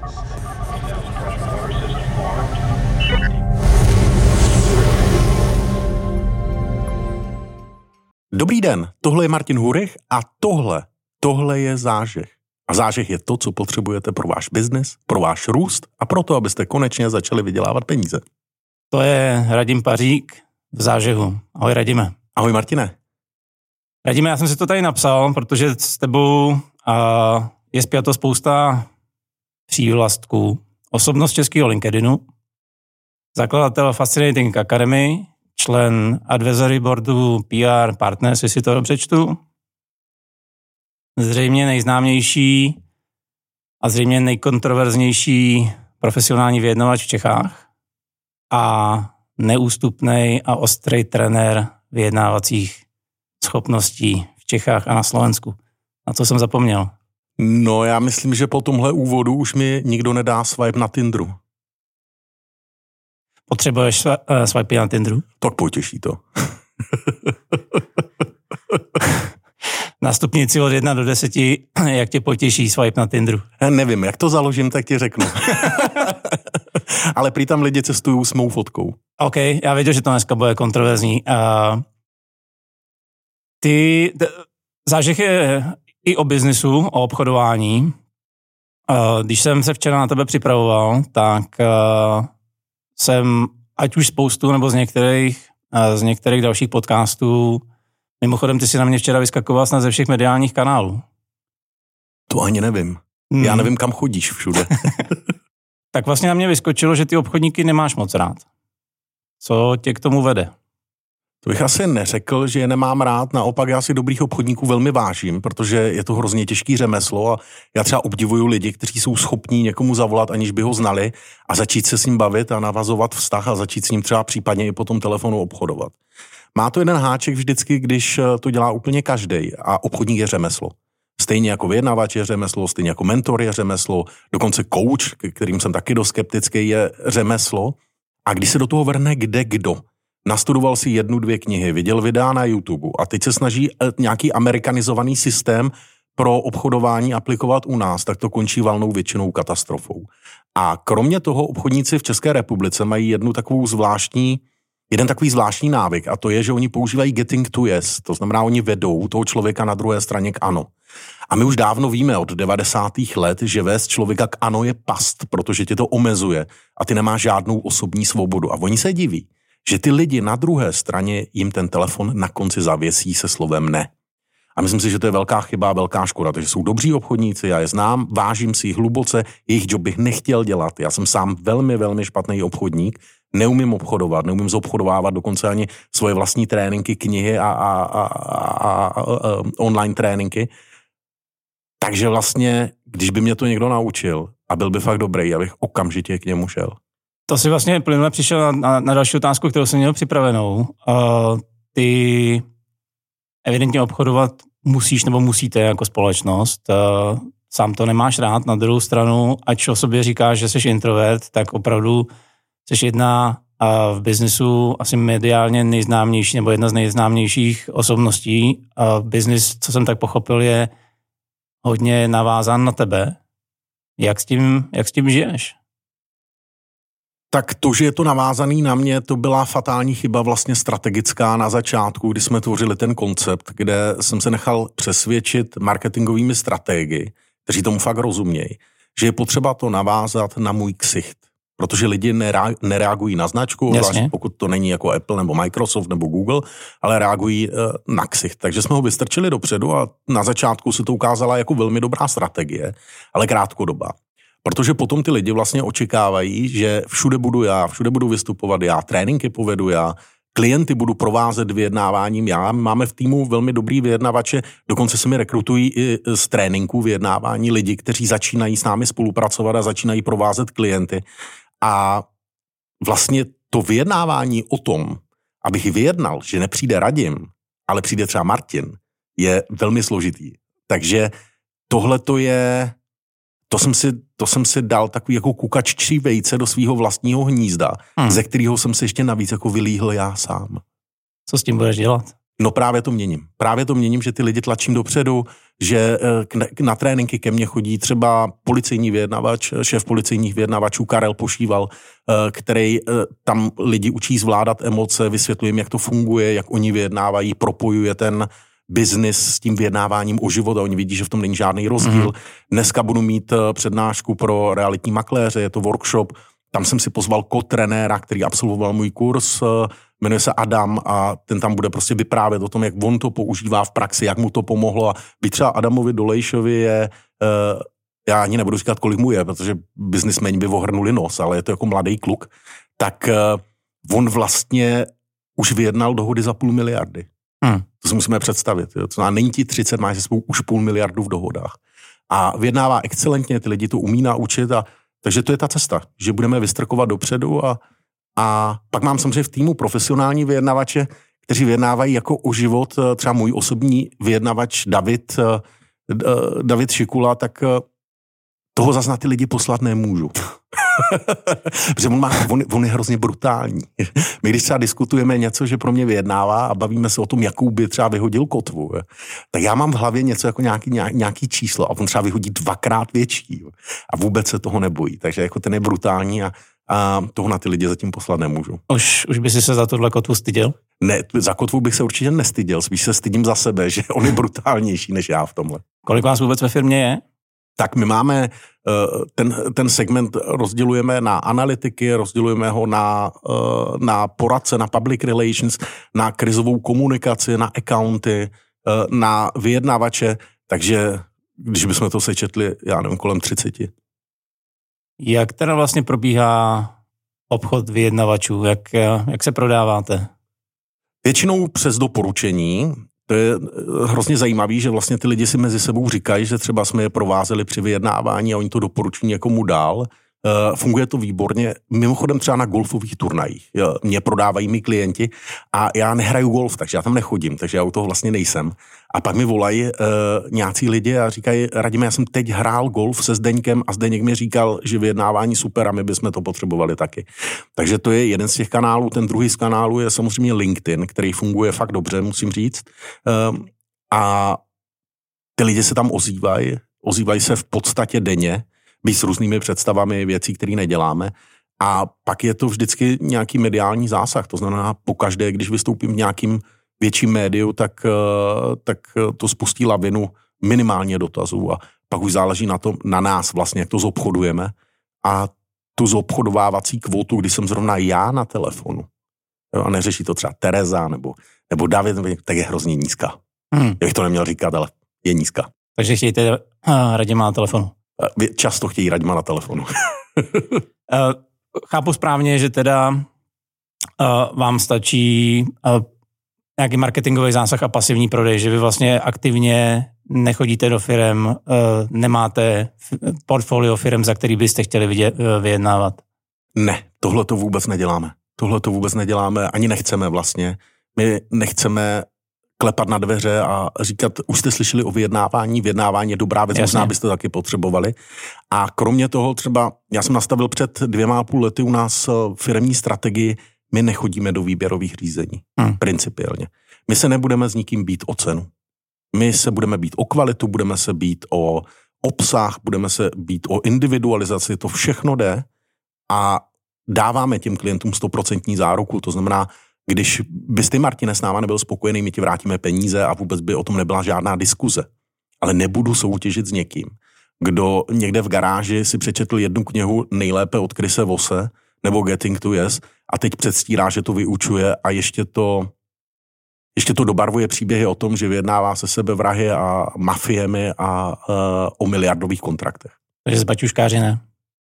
Dobrý den, tohle je Martin Hurich a tohle je Zážeh. A zážeh je to, co potřebujete pro váš biznis, pro váš růst a pro to, abyste konečně začali vydělávat peníze. To je Radim Pařík v Zážehu. Ahoj Radime. Ahoj Martine. Radime, já jsem si to tady napsal, protože s tebou je spjato spousta přívlastků. Osobnost českého LinkedInu, zakladatel Fascinating Academy, člen advisory boardu PR Partners, jestli to dobře čtu. Zřejmě nejznámější a zřejmě nejkontroverznější profesionální vyjednavač v Čechách a neústupný a ostrý trenér vyjednávacích schopností v Čechách a na Slovensku. Na co jsem zapomněl? No, já myslím, že po tomhle úvodu už mi nikdo nedá swipe na Tinderu. Potřebuješ swipe na Tinderu? Tak potěší to. Na stupnici od 1 do 10, jak tě potěší swipe na Tinderu? Já nevím, jak to založím, tak ti řeknu. Ale prý tam lidi cestují s mou fotkou. OK, já věděl, že to dneska bude kontroverzní. Zážeh je i o biznisu, o obchodování. Když jsem se včera na tebe připravoval, tak jsem ať už spoustu nebo z některých dalších podcastů. Mimochodem, ty si na mě včera vyskakoval snad ze všech mediálních kanálů. To ani nevím. Já nevím, kam chodíš všude. Tak vlastně na mě vyskočilo, že ty obchodníky nemáš moc rád. Co tě k tomu vede? To bych asi neřekl, že je nemám rád, naopak já si dobrých obchodníků velmi vážím, protože je to hrozně těžký řemeslo a já třeba obdivuju lidi, kteří jsou schopní někomu zavolat, aniž by ho znali a začít se s ním bavit a navazovat vztah a začít s ním třeba případně i po tom telefonu obchodovat. Má to jeden háček vždycky, když to dělá úplně každej a obchodník je řemeslo. Stejně jako vyjednavač je řemeslo, stejně jako mentor je řemeslo, dokonce coach, kterým jsem taky dost skeptický, je řemeslo. A když se do toho vrhne kdo, nastudoval si 1-2 knihy, viděl videa na YouTube a teď se snaží nějaký amerikanizovaný systém pro obchodování aplikovat u nás, tak to končí valnou většinou katastrofou. A kromě toho obchodníci v České republice mají jeden takový zvláštní návyk a to je, že oni používají getting to yes, to znamená, oni vedou toho člověka na druhé straně k ano. A my už dávno víme od 90. let, že vést člověka k ano je past, protože tě to omezuje a ty nemáš žádnou osobní svobodu. A oni se diví, že ty lidi na druhé straně jim ten telefon na konci zavěsí se slovem ne. A myslím si, že to je velká chyba, velká škoda, takže jsou dobří obchodníci, já je znám, vážím si jich hluboce, jejich job bych nechtěl dělat. Já jsem sám velmi, velmi špatný obchodník, neumím obchodovat, neumím zobchodovávat dokonce ani svoje vlastní tréninky, knihy a online tréninky. Takže vlastně, když by mě to někdo naučil a byl by fakt dobrý, já bych okamžitě k němu šel. To si vlastně plynule přišel na další otázku, kterou jsem měl připravenou. Ty evidentně obchodovat musíš nebo musíte jako společnost. Sám to nemáš rád. Na druhou stranu, ač o sobě říkáš, že jsi introvert, tak opravdu jsi jedna v biznesu asi mediálně nejznámější nebo jedna z nejznámějších osobností. Biznis, co jsem tak pochopil, je hodně navázán na tebe. Jak s tím žiješ? Tak to, že je to navázaný na mě, to byla fatální chyba vlastně strategická na začátku, kdy jsme tvořili ten koncept, kde jsem se nechal přesvědčit marketingovými strategy, kteří tomu fakt rozumějí, že je potřeba to navázat na můj ksicht. Protože lidi nereagují na značku, zvlášť pokud to není jako Apple nebo Microsoft nebo Google, ale reagují na ksicht. Takže jsme ho vystrčili dopředu a na začátku se to ukázala jako velmi dobrá strategie, ale krátkodobá. Protože potom ty lidi vlastně očekávají, že všude budu já, všude budu vystupovat já, tréninky povedu já, klienty budu provázet vyjednáváním já. Máme v týmu velmi dobrý vyjednavače, dokonce se mi rekrutují i z tréninků vyjednávání lidi, kteří začínají s námi spolupracovat a začínají provázet klienty. A vlastně to vyjednávání o tom, abych vyjednal, že nepřijde Radim, ale přijde třeba Martin, je velmi složitý. Takže tohle to je... To jsem si dal takový jako kukaččí vejce do svého vlastního hnízda, ze kterého jsem se ještě navíc jako vylíhl já sám. Co s tím budeš dělat? No právě to měním, že ty lidi tlačím dopředu, že na tréninky ke mně chodí třeba policejní vyjednavač, šéf policejních vyjednavačů Karel Pošíval, který tam lidi učí zvládat emoce, vysvětluje jim, jak to funguje, jak oni vyjednávají, propojuje ten biznis s tím vyjednáváním o život a oni vidí, že v tom není žádný rozdíl. Dneska budu mít přednášku pro realitní makléře, je to workshop, tam jsem si pozval trenéra, který absolvoval můj kurz, jmenuje se Adam a ten tam bude prostě vyprávět o tom, jak on to používá v praxi, jak mu to pomohlo a byť třeba Adamovi Dolejšovi je, já ani nebudu říkat, kolik mu je, protože biznismeni by ohrnuli nos, ale je to jako mladý kluk, tak on vlastně už vyjednal dohody za 500 miliony. To si musíme představit. Jo. To znamená, není ti 30, máš sebou už 500 miliony v dohodách. A vyjednává excelentně, ty lidi to umí naučit a takže to je ta cesta, že budeme vystrkovat dopředu a pak mám samozřejmě v týmu profesionální vyjednavače, kteří vyjednávají jako o život, třeba můj osobní vyjednavač David Šikula, tak toho zas na ty lidi poslat nemůžu. Protože on je hrozně brutální. My když třeba diskutujeme něco, že pro mě vyjednává a bavíme se o tom, jakou by třeba vyhodil kotvu, tak já mám v hlavě něco jako nějaký číslo a on třeba vyhodí 2x větší a vůbec se toho nebojí. Takže jako ten je brutální a toho na ty lidi zatím poslat nemůžu. Už by si se za tohle kotvu styděl? Ne, za kotvu bych se určitě nestyděl, spíš se stydím za sebe, že on je brutálnější než já v tomhle. Kolik vás vůbec ve firmě je? Tak my máme ten segment rozdělujeme na analytiky, rozdělujeme ho na poradce, na public relations, na krizovou komunikaci, na accounty, na vyjednavače, takže když bychom to sečetli, já nevím, kolem 30. Jak teda vlastně probíhá obchod vyjednavačů? Jak se prodáváte? Většinou přes doporučení. To je hrozně zajímavý, že vlastně ty lidi si mezi sebou říkají, že třeba jsme je provázeli při vyjednávání a oni to doporučí někomu dál. Funguje to výborně. Mimochodem třeba na golfových turnajích. Mě prodávají mý klienti a já nehraju golf, takže já tam nechodím, takže já u toho vlastně nejsem. A pak mi volají nějací lidi a říkají, Radime, já jsem teď hrál golf se Zdeňkem a Zdeněk mi říkal, že vyjednávání super a my bychom to potřebovali taky. Takže to je jeden z těch kanálů. Ten druhý z kanálů je samozřejmě LinkedIn, který funguje fakt dobře, musím říct. A ty lidi se tam ozývají se v podstatě denně, být s různými představami věcí, které neděláme. A pak je to vždycky nějaký mediální zásah. To znamená, pokaždé, když vystoupím v nějakým větším médiu, tak to spustí lavinu minimálně dotazů. A pak už záleží na nás vlastně, jak to zobchodujeme. A tu zobchodovávací kvotu, když jsem zrovna já na telefonu, a neřeší to třeba Tereza nebo David, tak je hrozně nízká. Já bych to neměl říkat, ale je nízká. Takže chtějte Radima na telefonu. Často chtějí Radima na telefonu. Chápu správně, že teda vám stačí nějaký marketingový zásah a pasivní prodej, že vy vlastně aktivně nechodíte do firem, nemáte portfolio firem, za který byste chtěli vyjednávat. Ne, tohle to vůbec neděláme, ani nechceme vlastně. My nechceme klepat na dveře a říkat, už jste slyšeli o vyjednávání je dobrá věc, možná byste taky potřebovali. A kromě toho třeba, já jsem nastavil před 2,5 lety u nás firemní strategii, my nechodíme do výběrových řízení, principiálně. My se nebudeme s nikým bít o cenu. My se budeme bít o kvalitu, budeme se bít o obsah, budeme se bít o individualizaci, to všechno jde a dáváme těm klientům 100% záruku, to znamená, když bys ty, Martine, s náma nebyl spokojený, my ti vrátíme peníze a vůbec by o tom nebyla žádná diskuze. Ale nebudu soutěžit s někým, kdo někde v garáži si přečetl jednu knihu nejlépe od Chrise Vosse nebo Getting to Yes a teď předstírá, že to vyučuje a ještě to dobarvuje příběhy o tom, že vyjednává se sebevrahy a mafiemi a o miliardových kontraktech. Takže s baťuškáři ne?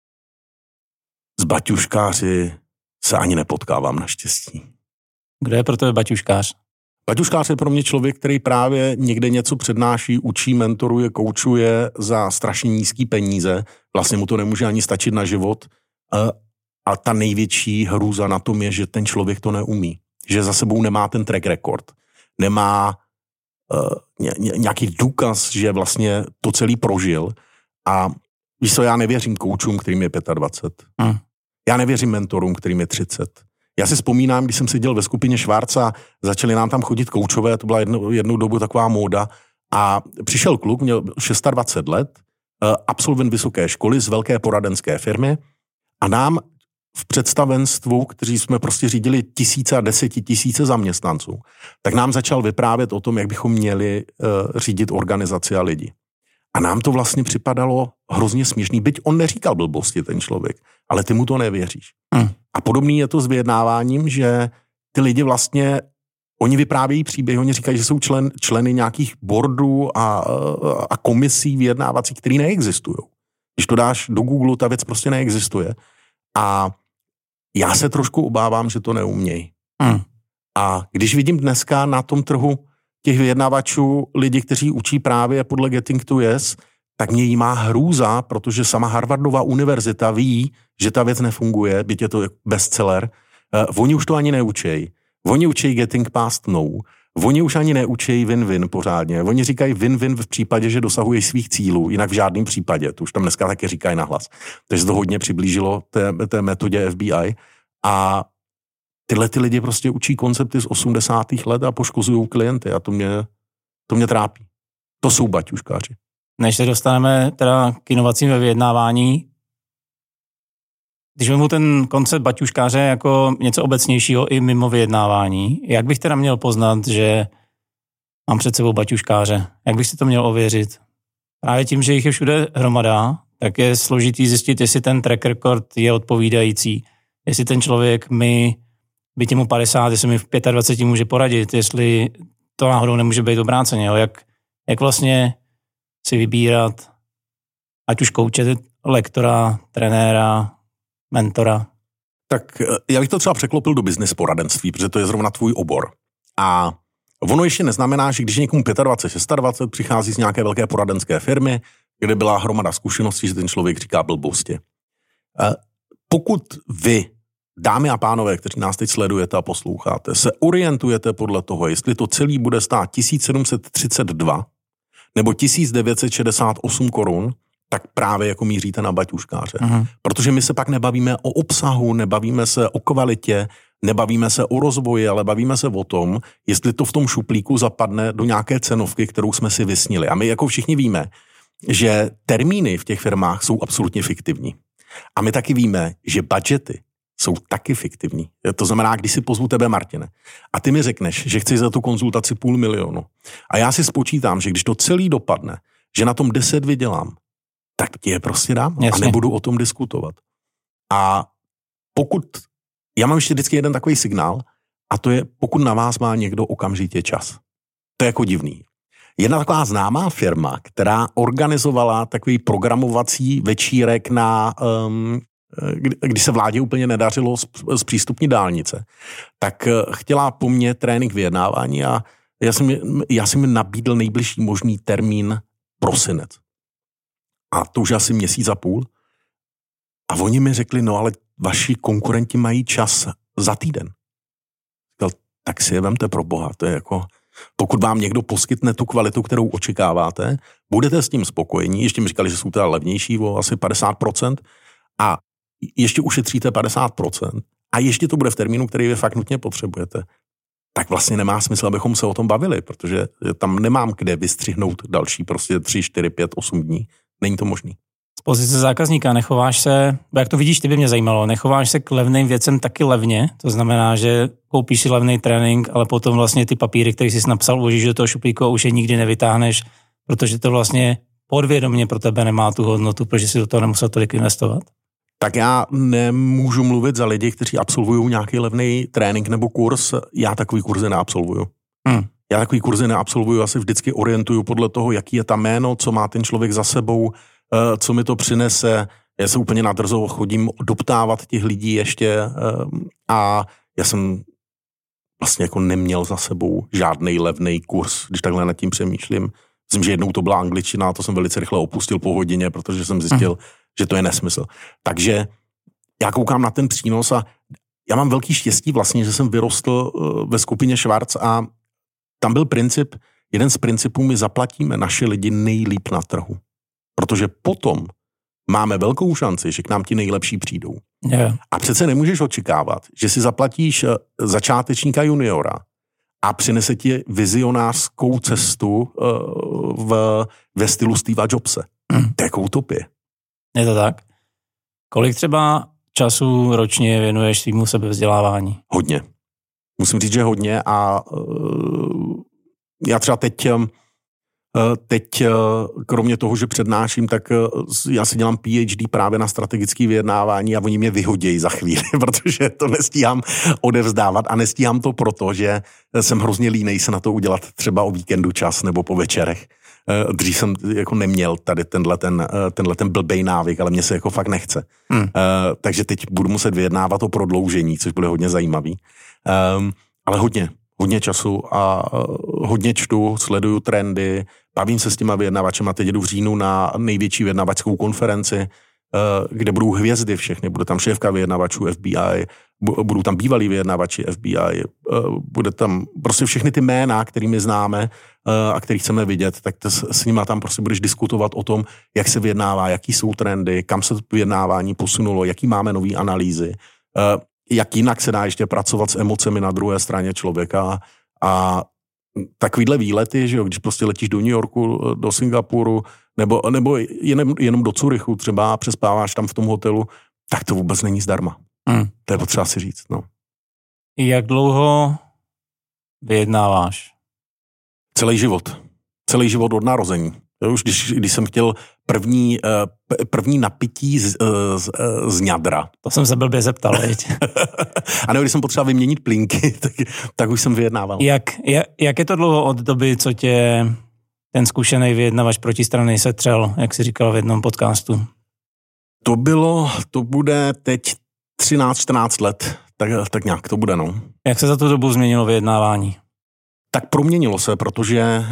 S baťuškáři se ani nepotkávám naštěstí. Kdo je pro tebe baťuškář? Baťuškář je pro mě člověk, který právě někde něco přednáší, učí, mentoruje, koučuje za strašně nízký peníze. Vlastně mu to nemůže ani stačit na život. A ta největší hrůza na tom je, že ten člověk to neumí. Že za sebou nemá ten track record. Nemá nějaký důkaz, že vlastně to celý prožil. A víš co, já nevěřím koučům, kterým je 25. Já nevěřím mentorům, kterým je 30. Já si vzpomínám, když jsem seděl ve skupině Schwarz a začali nám tam chodit koučové, to byla jednou dobu taková móda, a přišel kluk, měl 26 let, absolvent vysoké školy z velké poradenské firmy a nám v představenstvu, kteří jsme prostě řídili tisíce a desetitisíce zaměstnanců, tak nám začal vyprávět o tom, jak bychom měli řídit organizaci a lidi. A nám to vlastně připadalo hrozně směšný, byť on neříkal blbosti ten člověk, ale ty mu to nevěříš. A podobný je to s vyjednáváním, že ty lidi vlastně, oni vyprávějí příběhy, oni říkají, že jsou členy nějakých boardů a komisí vyjednávací, které neexistují. Když to dáš do Google, ta věc prostě neexistuje. A já se trošku obávám, že to neumějí. A když vidím dneska na tom trhu těch vyjednávačů lidi, kteří učí právě podle Getting to Yes, tak mě jí má hrůza, protože sama Harvardova univerzita ví, že ta věc nefunguje, byť je to bestseller. Oni už to ani neučejí. Oni učí Getting Past No. Oni už ani neučejí win-win pořádně. Oni říkají win-win v případě, že dosahují svých cílů, jinak v žádném případě. To už tam dneska taky říkají nahlas. Takže to hodně přiblížilo té metodě FBI. A tyhle ty lidi prostě učí koncepty z 80. let a poškozují klienty a to mě trápí. To jsou baťuškáři. Než se dostaneme teda k inovacím ve vyjednávání, když vezmu ten koncept baťuškáře jako něco obecnějšího i mimo vyjednávání, jak bych teda měl poznat, že mám před sebou baťuškáře? Jak bych si to měl ověřit? Právě tím, že jich je všude hromada, tak je složitý zjistit, jestli ten track record je odpovídající, jestli ten člověk by mu 50, jestli mi v 25 může poradit, jestli to náhodou nemůže být obráceně. Jo? Jak vlastně si vybírat, ať už kouče, lektora, trenéra, mentora. Tak já bych to třeba překlopil do business poradenství, protože to je zrovna tvůj obor. A ono ještě neznamená, že když někomu 25, 26 přichází z nějaké velké poradenské firmy, kde byla hromada zkušeností, že ten člověk říká blbosti. Pokud vy, dámy a pánové, kteří nás teď sledujete a posloucháte, se orientujete podle toho, jestli to celý bude stát 1732 nebo 1968 korun, tak právě jako míříte na baťuškáře. Protože my se pak nebavíme o obsahu, nebavíme se o kvalitě, nebavíme se o rozvoji, ale bavíme se o tom, jestli to v tom šuplíku zapadne do nějaké cenovky, kterou jsme si vysnili. A my jako všichni víme, že termíny v těch firmách jsou absolutně fiktivní. A my taky víme, že budžety jsou taky fiktivní. To znamená, když si pozvu tebe, Martine, a ty mi řekneš, že chceš za tu konzultaci 500 000 a já si spočítám, že když to celý dopadne, že na tom 10 vydělám, tak ti je prostě dám. Jasně. A nebudu o tom diskutovat. A já mám ještě vždycky jeden takový signál, a to je, pokud na vás má někdo okamžitě čas. To je jako divný. Jedna taková známá firma, která organizovala takový programovací večírek kdy se vládě úplně nedařilo zpřístupnit dálnice, tak chtěla po mně trénink vyjednávání a já jsem mi nabídl nejbližší možný termín prosinec. A to už asi měsíc a půl. A oni mi řekli, no ale vaši konkurenti mají čas za týden. Tak si je vemte pro boha, to je jako... Pokud vám někdo poskytne tu kvalitu, kterou očekáváte, budete s tím spokojení, ještě mi říkali, že jsou teda levnější o asi 50% a ještě ušetříte 50% a ještě to bude v termínu, který vy fakt nutně potřebujete, tak vlastně nemá smysl, abychom se o tom bavili, protože tam nemám kde vystřihnout další prostě 3, 4, 5, 8 dní. Není to možný. Z pozice zákazníka nechováš se, jak to vidíš, ty by mě zajímalo, nechováš se k levným věcem taky levně, to znamená, že koupíš si levný trénink, ale potom vlastně ty papíry, které jsi napsal, uložíš do toho šuplíku a už je nikdy nevytáhneš, protože to vlastně podvědomě pro tebe nemá tu hodnotu, protože si do toho nemusel tolik investovat? Tak já nemůžu mluvit za lidi, kteří absolvují nějaký levný trénink nebo kurz, já takový kurzy neabsolvuju. Já takový kurzy neabsolvuju, já se vždycky orientuju podle toho, jaký je tam jméno, co má ten člověk za sebou, co mi to přinese. Já se úplně nadrzo chodím doptávat těch lidí ještě a já jsem vlastně jako neměl za sebou žádnej levný kurz, když takhle nad tím přemýšlím. Myslím, že jednou to byla angličtina a to jsem velice rychle opustil po hodině, protože jsem zjistil, že to je nesmysl. Takže já koukám na ten přínos a já mám velký štěstí vlastně, že jsem vyrostl ve skupině Schwarz a tam byl princip, jeden z principů, my zaplatíme naše lidi nejlíp na trhu. Protože potom máme velkou šanci, že k nám ti nejlepší přijdou. Yeah. A přece nemůžeš očekávat, že si zaplatíš začátečníka juniora a přinese ti vizionářskou cestu ve stylu Steva Jobse. To je jako utopie. Je to tak? Kolik třeba času ročně věnuješ svýmu sebevzdělávání? Hodně. Musím říct, že hodně a já třeba teď kromě toho, že přednáším, tak já si dělám PhD právě na strategické vyjednávání a oni mě vyhodějí za chvíli, protože to nestíhám odevzdávat a nestíhám to proto, že jsem hrozně línej se na to udělat třeba o víkendu čas nebo po večerech. Dřív jsem jako neměl tady tenhle ten blbej návyk, ale mně se jako fakt nechce. Takže teď budu muset vyjednávat o prodloužení, což bude hodně zajímavý. Ale hodně času a hodně čtu, sleduju trendy, bavím se s těma vyjednavačema, teď jdu v říjnu na největší vyjednavačskou konferenci, kde budou hvězdy všechny, bude tam šéfka vyjednavačů FBI, budou tam bývalí vyjednavači FBI, bude tam prostě všechny ty jména, kterými známe a který chceme vidět, tak s nima tam prostě budeš diskutovat o tom, jak se vyjednává, jaký jsou trendy, kam se vyjednávání posunulo, jaký máme nový analýzy, jak jinak se dá ještě pracovat s emocemi na druhé straně člověka a takovýhle výlety, že jo, když prostě letíš do New Yorku, do Singapuru, nebo jenom do Curychu třeba a přespáváš tam v tom hotelu, tak to vůbec není zdarma. To je potřeba si říct, no. Jak dlouho vyjednáváš? Celý život od narození. Už když jsem chtěl první napití z ňadra. To jsem se blbě zeptal, veď. A nebo když jsem potřeboval vyměnit plínky, tak už jsem vyjednával. Jak je to dlouho od doby, co tě ten zkušený vyjednavač protistrany setřel, jak jsi říkal v jednom podcastu? To bude teď 13-14 let, tak nějak to bude, no. Jak se za tu dobu změnilo vyjednávání? Tak proměnilo se, protože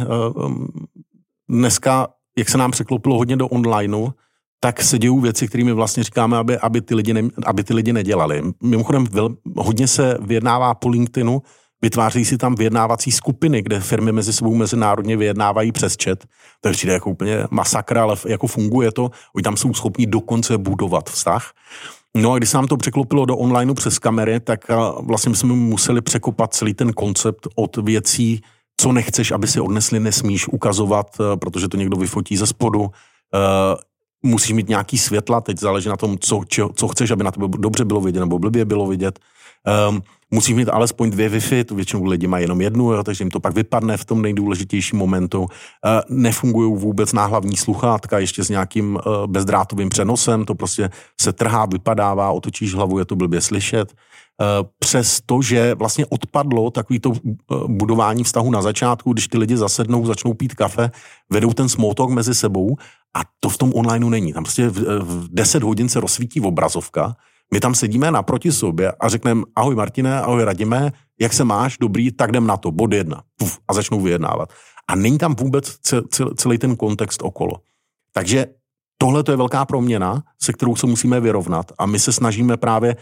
dneska, jak se nám překlopilo hodně do onlineu, tak se dějou věci, kterými vlastně říkáme, aby ty lidi nedělali. Mimochodem hodně se vyjednává po LinkedInu, vytváří si tam vyjednávací skupiny, kde firmy mezi sebou mezinárodně vyjednávají přes chat. To je přijde jako úplně masakr, ale jako funguje to. Oni tam jsou schopni dokonce budovat vztah. No a když se nám to překlopilo do onlineu přes kamery, tak vlastně jsme museli překopat celý ten koncept od věcí, co nechceš, aby si odnesli, nesmíš ukazovat, protože to někdo vyfotí ze spodu. Musíš mít nějaký světla, teď záleží na tom, co chceš, aby na tebe dobře bylo vidět nebo blbě bylo vidět. Musíš mít alespoň 2 Wi-Fi, to většinou lidi mají jenom jednu, jo, takže jim to pak vypadne v tom nejdůležitějším momentu. Nefungují vůbec náhlavní sluchátka, ještě s nějakým bezdrátovým přenosem, to prostě se trhá, vypadává, otočíš hlavu, je to blbě slyšet. Přestože vlastně odpadlo takovýto budování vztahu na začátku, když ty lidi zasednou, začnou pít kafe, vedou ten small talk mezi sebou a to v tom onlineu není. Tam prostě v 10 hodin se rozsvítí obrazovka, my tam sedíme naproti sobě a řekneme ahoj Martine, ahoj Radime, jak se máš, dobrý, tak jdem na to, bod 1 a začnou vyjednávat. A není tam vůbec celý ten kontext okolo. Takže tohle to je velká proměna, se kterou se musíme vyrovnat a my se snažíme právě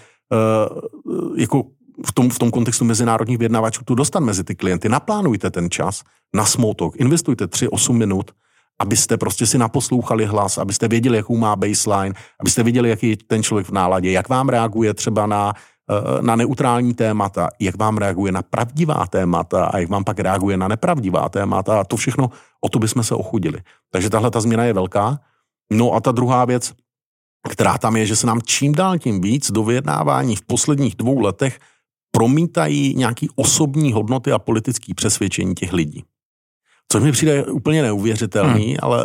jako v tom kontextu mezinárodních vyjednávačů to dostat mezi ty klienty. Naplánujte ten čas na small talk, investujte 3-8 minut, abyste prostě si naposlouchali hlas, abyste věděli, jakou má baseline, abyste věděli, jaký je ten člověk v náladě, jak vám reaguje třeba na neutrální témata, jak vám reaguje na pravdivá témata a jak vám pak reaguje na nepravdivá témata a to všechno, o to bychom se ochudili. Takže tahle ta změna je velká. No a ta druhá věc, která tam je, že se nám čím dál tím víc do vyjednávání v posledních 2 letech promítají nějaký osobní hodnoty a politické přesvědčení těch lidí. Což mi přijde úplně neuvěřitelný, ale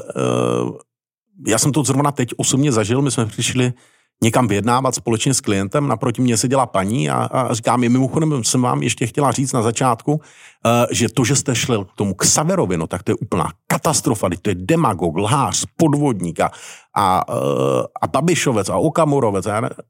já jsem to zrovna teď osobně zažil, my jsme přišli někam vyjednávat společně s klientem, naproti mě seděla paní a říká mi, mimochodem jsem vám ještě chtěla říct na začátku, že to, že jste šli k tomu Xaverovi, no tak to je úplná katastrofa, to je demagog, lhář, podvodník a Babišovec a Okamurovec.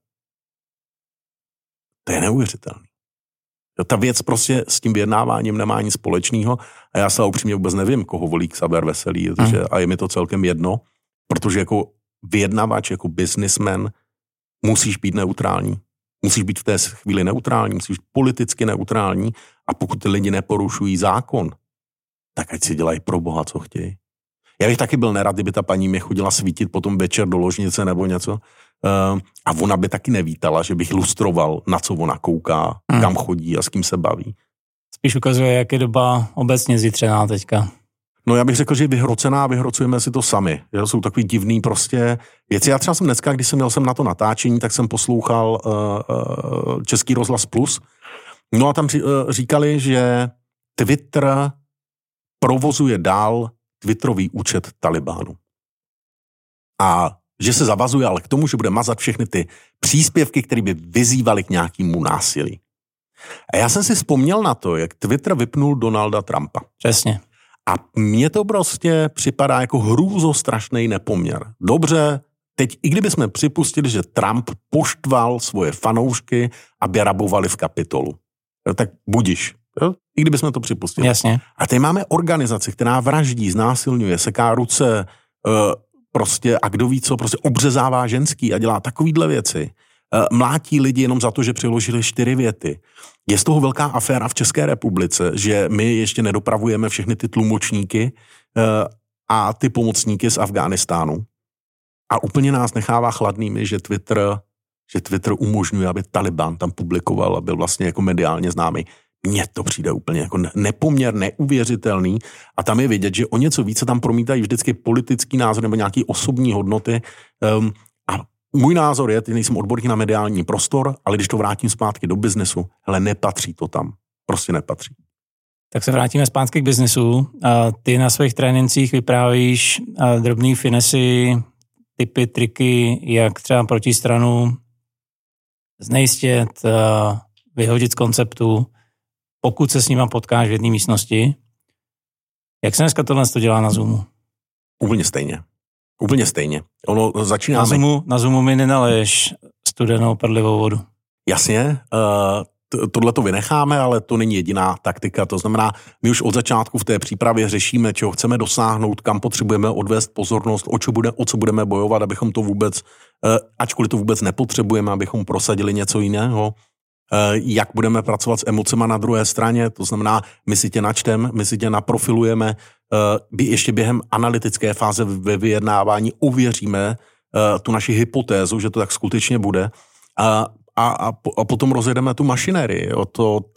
To je neuvěřitelný. Ta věc prostě s tím vyjednáváním nemá nic společného a já se upřímně vůbec nevím, koho volí Xaver Veselý, a je mi to celkem jedno, protože jako vyjednavač, jako businessman musíš být neutrální. Musíš být v té chvíli neutrální, musíš být politicky neutrální a pokud ty lidi neporušují zákon, tak ať si dělají pro Boha, co chtějí. Já bych taky byl nerad, kdyby ta paní mě chodila svítit potom večer do ložnice nebo něco. A ona by taky nevítala, že bych lustroval, na co ona kouká, kam chodí a s kým se baví. Spíš ukazuje, jak je doba obecně zjitřená teďka. No já bych řekl, že je vyhrocená a vyhrocujeme si to sami. Že jsou takový divný prostě věci. Já třeba jsem dneska, když jsem měl na to natáčení, tak jsem poslouchal Český rozhlas Plus. No a tam říkali, že Twitter provozuje dál Twitterový účet Talibánu. A že se zavazuje ale k tomu, že bude mazat všechny ty příspěvky, které by vyzývaly k nějakému násilí. A já jsem si vzpomněl na to, jak Twitter vypnul Donalda Trumpa. Přesně. A mně to prostě připadá jako hrůzostrašný nepoměr. Dobře, teď i kdyby jsme připustili, že Trump poštval svoje fanoušky, aby rabovali v Kapitolu. Tak budiš. Jo? I kdyby jsme to připustili. Jasně. A teď máme organizaci, která vraždí, znásilňuje, seká ruce, prostě a kdo ví co, prostě obřezává ženský a dělá takovýhle věci. Mlátí lidi jenom za to, že přiložili 4 věty. Je z toho velká aféra v České republice, že my ještě nedopravujeme všechny ty tlumočníky a ty pomocníky z Afghánistánu. A úplně nás nechává chladnými, že Twitter umožňuje, aby Taliban tam publikoval a byl vlastně jako mediálně známý. Mně to přijde úplně jako nepoměr, neuvěřitelný a tam je vidět, že o něco více tam promítají vždycky politický názor nebo nějaký osobní hodnoty a můj názor je, teď nejsem odborník na mediální prostor, ale když to vrátím zpátky do biznesu, hele, nepatří to tam. Prostě nepatří. Tak se vrátíme zpátky k biznesu. Ty na svých trénincích vyprávíš drobný finesy, tipy, triky, jak třeba protistranu znejistět, vyhodit z konceptu, pokud se s nima potkáš v jedné místnosti. Jak se dneska tohle dělá na Zoomu? Úplně stejně. Ono začíná... Na Zoomu mi nenaleješ studenou perlivou vodu. Jasně, tohle to vynecháme, ale to není jediná taktika. To znamená, my už od začátku v té přípravě řešíme, čeho chceme dosáhnout, kam potřebujeme odvést pozornost, o co budeme bojovat, abychom to vůbec, ačkoliv to vůbec nepotřebujeme, abychom prosadili něco jiného. Jak budeme pracovat s emocema na druhé straně, to znamená, my si tě načtem, my si tě naprofilujeme, ještě během analytické fáze ve vyjednávání ověříme tu naši hypotézu, že to tak skutečně bude a potom rozjedeme tu mašinérii od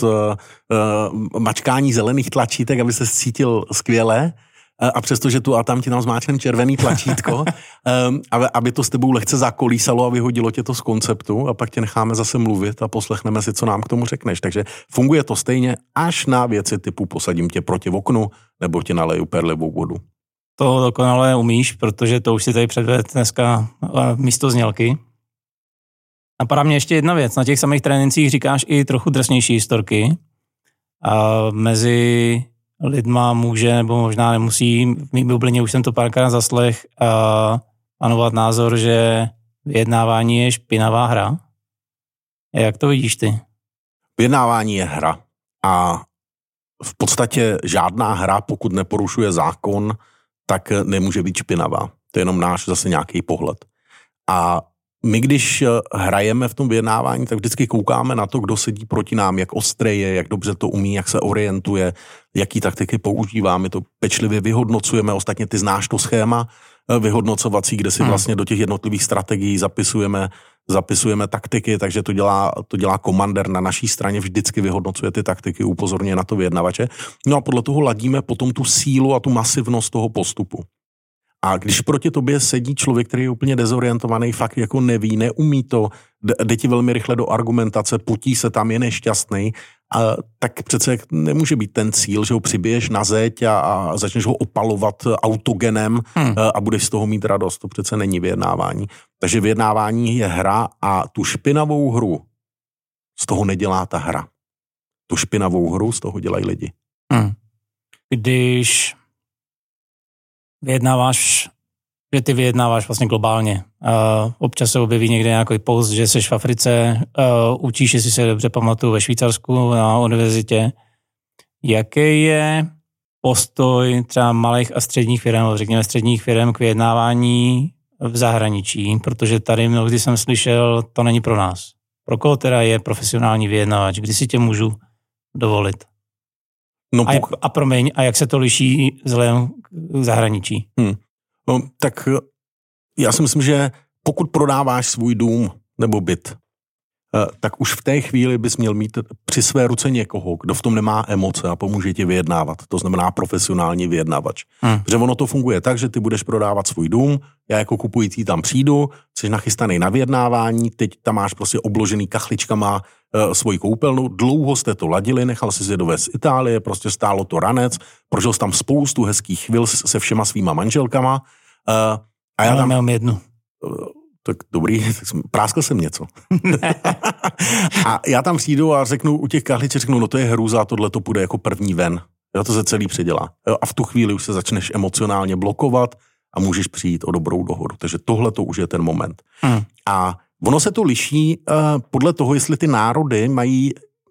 mačkání zelených tlačítek, aby se cítil skvěle, a přestože tu a tam ti tam zmáčknem červený tlačítko, aby to s tebou lehce zakolísalo a vyhodilo tě to z konceptu a pak tě necháme zase mluvit a poslechneme si, co nám k tomu řekneš. Takže funguje to stejně až na věci typu posadím tě proti oknu nebo ti naleju perlivou vodu. To dokonale umíš, protože to už si tady předvedl dneska místo znělky. Napadá mě ještě jedna věc. Na těch samých trénincích říkáš i trochu drsnější historky. A mezi lidma může, nebo možná nemusí, v mý bublině už jsem to párkrát zaslech, panovat názor, že vyjednávání je špinavá hra. Jak to vidíš ty? Vyjednávání je hra a v podstatě žádná hra, pokud neporušuje zákon, tak nemůže být špinavá. To je jenom náš zase nějaký pohled. A my, když hrajeme v tom vyjednávání, tak vždycky koukáme na to, kdo sedí proti nám, jak ostrý je, jak dobře to umí, jak se orientuje, jaký taktiky používá. My to pečlivě vyhodnocujeme. Ostatně ty znáš to schéma vyhodnocovací, kde si vlastně do těch jednotlivých strategií zapisujeme taktiky, takže to dělá komandér na naší straně, vždycky vyhodnocuje ty taktiky, upozorňuje na to vyjednavače. No a podle toho ladíme potom tu sílu a tu masivnost toho postupu. A když proti tobě sedí člověk, který je úplně dezorientovaný, fakt jako neví, neumí to, jde ti velmi rychle do argumentace, potí se tam, je nešťastný, tak přece nemůže být ten cíl, že ho přibiješ na zeď a začneš ho opalovat autogenem a budeš z toho mít radost. To přece není vyjednávání. Takže vyjednávání je hra a tu špinavou hru z toho nedělá ta hra. Tu špinavou hru z toho dělají lidi. Když vyjednáváš, že ty vyjednáváš vlastně globálně. Občas se objeví někde nějaký post, že jsi v Africe, učíš, jestli se dobře pamatuju, ve Švýcarsku na univerzitě. Jaký je postoj třeba malých a středních firm, řekněme středních firm k vyjednávání v zahraničí? Protože tady mnohdy jsem slyšel, to není pro nás. Pro koho teda je profesionální vyjednávač? Kdy si tě můžu dovolit? No, a promiň, a jak se to liší vzhledem k zahraničí? No, tak já si myslím, že pokud prodáváš svůj dům nebo byt, tak už v té chvíli bys měl mít při své ruce někoho, kdo v tom nemá emoce a pomůže ti vyjednávat. To znamená profesionální vyjednavač. Protože ono to funguje tak, že ty budeš prodávat svůj dům, já jako kupující tam přijdu, jsi nachystaný na vyjednávání, teď tam máš prostě obložený kachličkama svoji koupelnu, dlouho jste to ladili, nechal si je dovést z Itálie, prostě stálo to ranec, prožil jsi tam spoustu hezkých chvil se všema svýma manželkama. A já tam mám jednu. Tak dobrý, práskl jsem něco. A já tam přijdu a řeknu u těch kahliček, no to je hrůza, tohle to půjde jako první ven. Jo, to se celý předělá. Jo, a v tu chvíli už se začneš emocionálně blokovat a můžeš přijít o dobrou dohodu. Takže tohle to už je ten moment. A ono se to liší podle toho, jestli ty národy mají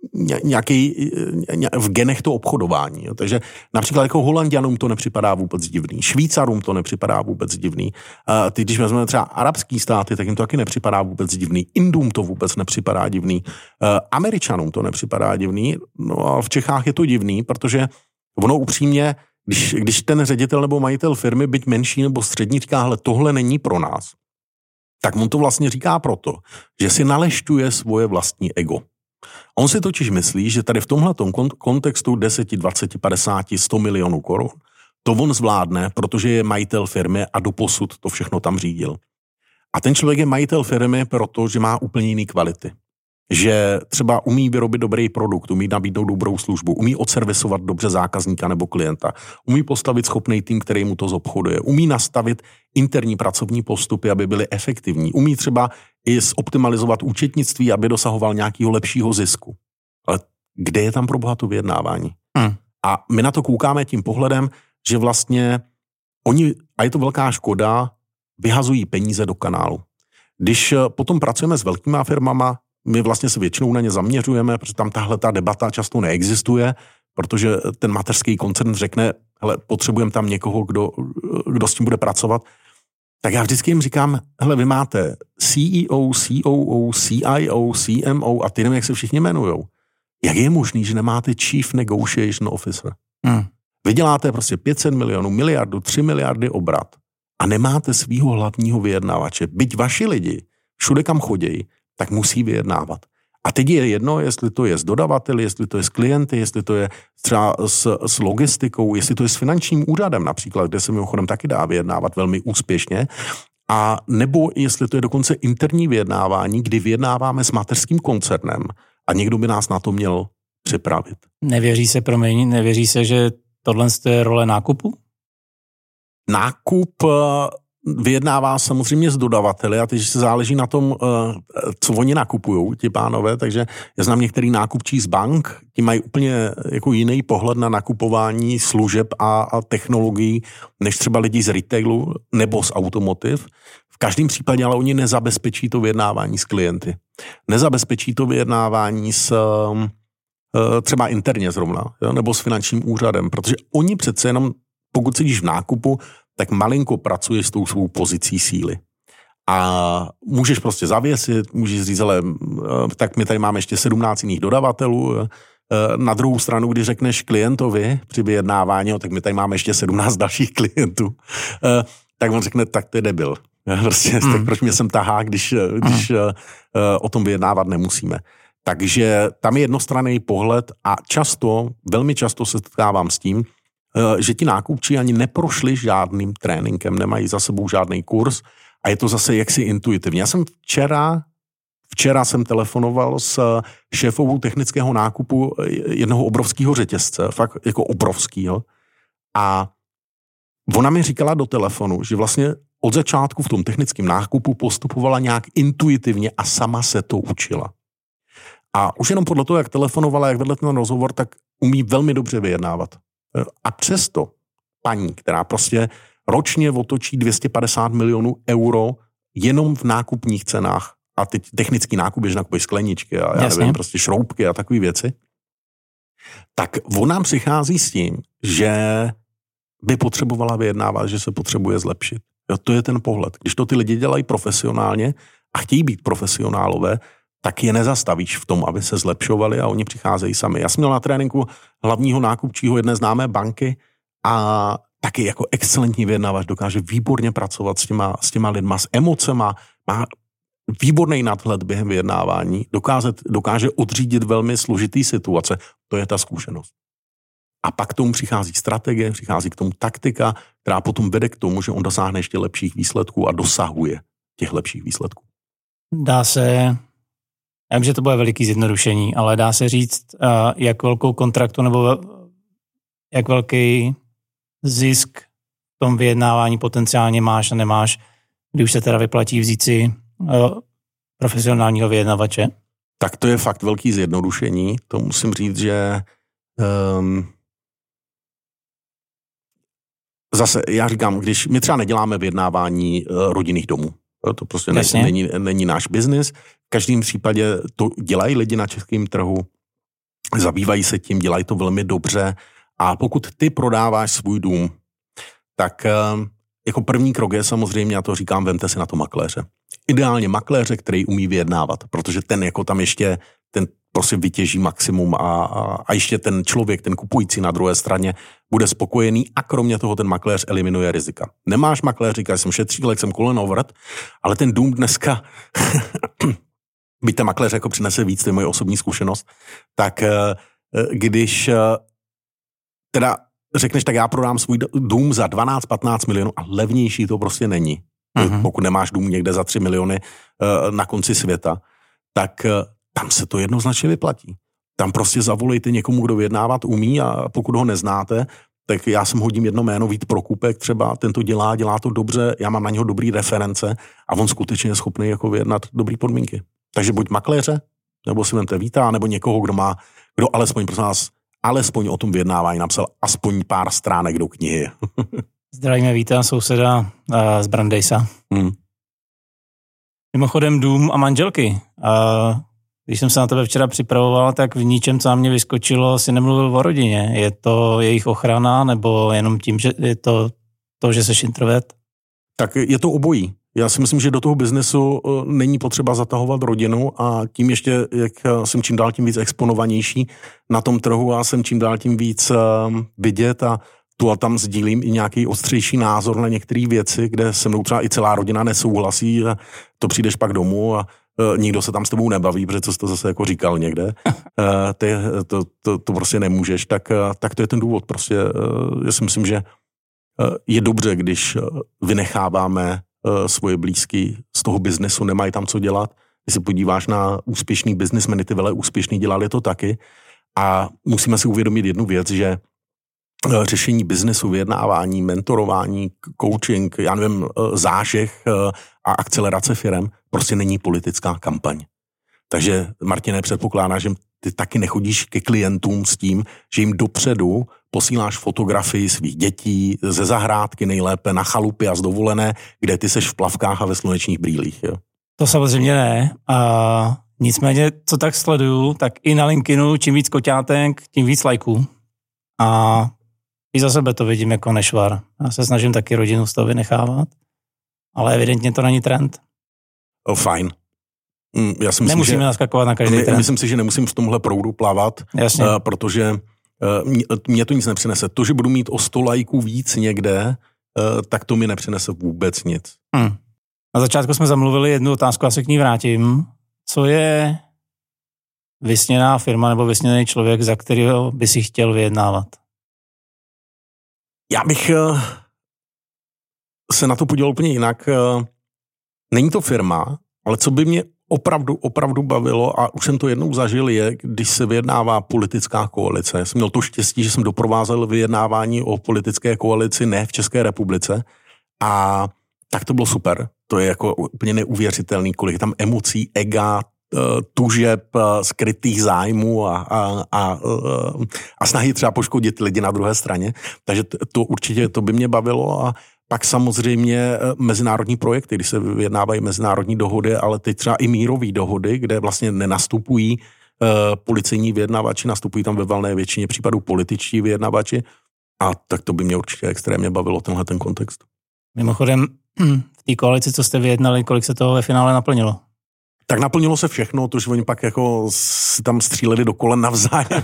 nějaký v genech to obchodování. Jo. Takže například jako Holanďanům to nepřipadá vůbec divný, Švýcarům to nepřipadá vůbec divný. Ty, když vezmeme třeba arabský státy, tak jim to taky nepřipadá vůbec divný. Indům to vůbec nepřipadá divný. Američanům to nepřipadá divný. No a v Čechách je to divný, protože ono upřímně, když ten ředitel nebo majitel firmy, byť menší nebo střední, říká, hele, tohle není pro nás, tak on to vlastně říká proto, že si nalešťuje svoje vlastní ego. On si totiž myslí, že tady v tomhletom kontextu 10, 20, 50, 100 milionů korun to on zvládne, protože je majitel firmy a doposud to všechno tam řídil. A ten člověk je majitel firmy, protože má úplně jiný kvality. Že třeba umí vyrobit dobrý produkt, umí nabídnout dobrou službu, umí odservisovat dobře zákazníka nebo klienta, umí postavit schopný tým, který mu to zobchoduje, umí nastavit interní pracovní postupy, aby byly efektivní, umí třeba i zoptimalizovat účetnictví, aby dosahoval nějakého lepšího zisku. Ale kde je tam pro boha to vyjednávání? A my na to koukáme tím pohledem, že vlastně oni, a je to velká škoda, vyhazují peníze do kanálu. Když potom pracujeme s velkýma firmama, my vlastně se většinou na ně zaměřujeme, protože tam tahle ta debata často neexistuje, protože ten mateřský koncern řekne, hele, potřebujeme tam někoho, kdo s tím bude pracovat. Tak já vždycky jim říkám, hele, vy máte CEO, COO, CIO, CMO a ty nevím, jak se všichni jmenujou. Jak je možný, že nemáte Chief Negotiation Officer? Vy děláte prostě 500 milionů, miliardu, 3 miliardy obrat a nemáte svýho hlavního vyjednávače. Byť vaši lidi všude, kam chodějí, tak musí vyjednávat. A teď je jedno, jestli to je s dodavateli, jestli to je s klienty, jestli to je třeba s logistikou, jestli to je s finančním úřadem například, kde se mimochodem taky dá vyjednávat velmi úspěšně, a nebo jestli to je dokonce interní vyjednávání, kdy vyjednáváme s mateřským koncernem a někdo by nás na to měl připravit. Nevěří se, že tohle je role nákupu? Nákup vyjednává samozřejmě s dodavateli a teď se záleží na tom, co oni nakupujou, ti pánové, takže já znám některý nákupčí z bank, ti mají úplně jako jiný pohled na nakupování služeb a technologií, než třeba lidi z retailu nebo z automotiv. V každém případě ale oni nezabezpečí to vyjednávání s klienty. Nezabezpečí to vyjednávání s třeba interně zrovna, jo, nebo s finančním úřadem, protože oni přece jenom, pokud sedíš v nákupu, tak malinko pracuješ s tou svou pozicí síly. A můžeš prostě zavěsit, můžeš říct, ale tak my tady máme ještě 17 jiných dodavatelů. Na druhou stranu, když řekneš klientovi při vyjednávání, tak my tady máme ještě 17 dalších klientů, tak on řekne, tak to je debil. Prostě, tak proč mě sem tahá, když o tom vyjednávat nemusíme. Takže tam je jednostranný pohled a velmi často se setkávám s tím, že ti nákupčí ani neprošli žádným tréninkem, nemají za sebou žádný kurz a je to zase jaksi intuitivně. Já jsem včera jsem telefonoval s šéfovou technického nákupu jednoho obrovského řetězce, fakt jako obrovského, a ona mi říkala do telefonu, že vlastně od začátku v tom technickém nákupu postupovala nějak intuitivně a sama se to učila. A už jenom podle toho, jak telefonovala, jak vedle ten rozhovor, tak umí velmi dobře vyjednávat. A přesto paní, která prostě ročně otočí 250 milionů euro jenom v nákupních cenách, a teď technický nákup je, že nakupuješ skleničky a já nevím, prostě šroubky a takové věci, tak ona přichází s tím, že by potřebovala vyjednávat, že se potřebuje zlepšit. Jo, to je ten pohled. Když to ty lidi dělají profesionálně a chtějí být profesionálové, tak je nezastavíš v tom, aby se zlepšovali a oni přicházejí sami. Já jsem měl na tréninku hlavního nákupčího jedné známé banky a taky jako excelentní vyjednávač dokáže výborně pracovat s těma lidma, s emocema, má výborný nadhled během vyjednávání, dokáže odřídit velmi složitý situace. To je ta zkušenost. A pak k tomu přichází strategie, přichází k tomu taktika, která potom vede k tomu, že on dosáhne ještě lepších výsledků a dosahuje těch lepších výsledků. Dá se, já vím, že to bude veliký zjednodušení, ale dá se říct, jak velkou kontraktu nebo jak velký zisk v tom vyjednávání potenciálně máš a nemáš, když už se teda vyplatí vzít si profesionálního vyjednavače? Tak to je fakt velký zjednodušení. To musím říct, že zase já říkám, když my třeba neděláme vyjednávání rodinných domů, to prostě není náš biznis. V každém případě to dělají lidi na českém trhu, zabývají se tím, dělají to velmi dobře a pokud ty prodáváš svůj dům, tak jako první krok je samozřejmě, já to říkám, vemte si na to makléře. Ideálně makléře, který umí vyjednávat, protože ten jako tam ještě, ten prostě vytěží maximum a ještě ten člověk, ten kupující na druhé straně bude spokojený a kromě toho ten makléř eliminuje rizika. Nemáš makléř, říká, jsem šetřílek, jsem kolenovrat, ale ten dům dneska, byť ten makléř jako přinese víc, to je moje osobní zkušenost, tak když teda řekneš, tak já prodám svůj dům za 12-15 milionů a levnější to prostě není. Pokud nemáš dům někde za 3 miliony na konci světa, tak tam se to jednoznačně vyplatí. Tam prostě zavolejte někomu, kdo vyjednávat umí a pokud ho neznáte, tak já sem hodím jedno jméno, Vít Prokupek třeba, ten to dělá to dobře, já mám na něho dobrý reference a on skutečně je schopný jako vyjednat dobrý podmínky. Takže buď makléře, nebo si vemte Víta, nebo někoho, kdo alespoň, prosím vás, alespoň o tom vyjednávání napsal aspoň pár stránek do knihy. Zdravíme Víta, souseda z Brandejsa. Mimochodem dům a manželky. Když jsem se na tebe včera připravoval, tak v ničem, co na mě vyskočilo, si nemluvil o rodině. Je to jejich ochrana, nebo jenom tím, že je to, že jsi introvert? Tak je to obojí. Já si myslím, že do toho biznesu není potřeba zatahovat rodinu a tím ještě, jak jsem čím dál tím víc exponovanější na tom trhu a jsem čím dál tím víc vidět a tu a tam sdílím i nějaký ostřejší názor na některé věci, kde se mnou třeba i celá rodina nesouhlasí a to přijdeš pak domů a nikdo se tam s tebou nebaví, protože co jsi to zase jako říkal někde, to prostě nemůžeš, tak to je ten důvod. Prostě já si myslím, že je dobře, když vynecháváme svoje blízky z toho biznesu, nemají tam co dělat. Když se podíváš na úspěšný biznismeny, ty vele úspěšný dělali to taky a musíme si uvědomit jednu věc, že řešení biznesu, vyjednávání, mentorování, coaching, já nevím, zážeh a akcelerace firem prostě není politická kampaň. Takže, Martine, předpokládá, že ty taky nechodíš ke klientům s tím, že jim dopředu posíláš fotografii svých dětí ze zahrádky nejlépe na chalupy a z dovolené, kde ty seš v plavkách a ve slunečních brýlích. Jo? To samozřejmě ne. A nicméně, co tak sleduju, tak i na LinkedInu, čím víc koťátek, tím víc lajků. A i za sebe to vidím jako nešvar. Já se snažím taky rodinu z toho vynechávat, ale evidentně to není trend. Fajn. Já si myslím, nemusíme naskakovat na každý trend. Myslím si, že nemusím v tomhle proudu plavat, protože mě to nic nepřinese. To, že budu mít o 100 lajků víc někde, tak to mi nepřinese vůbec nic. Na začátku jsme zamluvili jednu otázku, já se k ní vrátím. Co je vysněná firma nebo vysněný člověk, za kterého by si chtěl vyjednávat? Já bych se na to podíval úplně jinak. Není to firma, ale co by mě opravdu bavilo, a už jsem to jednou zažil, je, když se vyjednává politická koalice. Já jsem měl to štěstí, že jsem doprovázel vyjednávání o politické koalici ne v České republice a tak to bylo super. To je jako úplně neuvěřitelný, kolik je tam emocí, ega, tužeb, skrytých zájmů a snahy třeba poškodit lidi na druhé straně. Takže to určitě to by mě bavilo a pak samozřejmě mezinárodní projekty, když se vyjednávají mezinárodní dohody, ale teď třeba i mírové dohody, kde vlastně nenastupují policejní vyjednavači, nastupují tam ve valné většině případů političtí vyjednavači a tak to by mě určitě extrémně bavilo tenhle ten kontext. Mimochodem, v té koalici, co jste vyjednali, kolik se toho ve finále naplnilo? Tak naplnilo se všechno, to, že oni pak jako si tam stříleli do kolen navzájem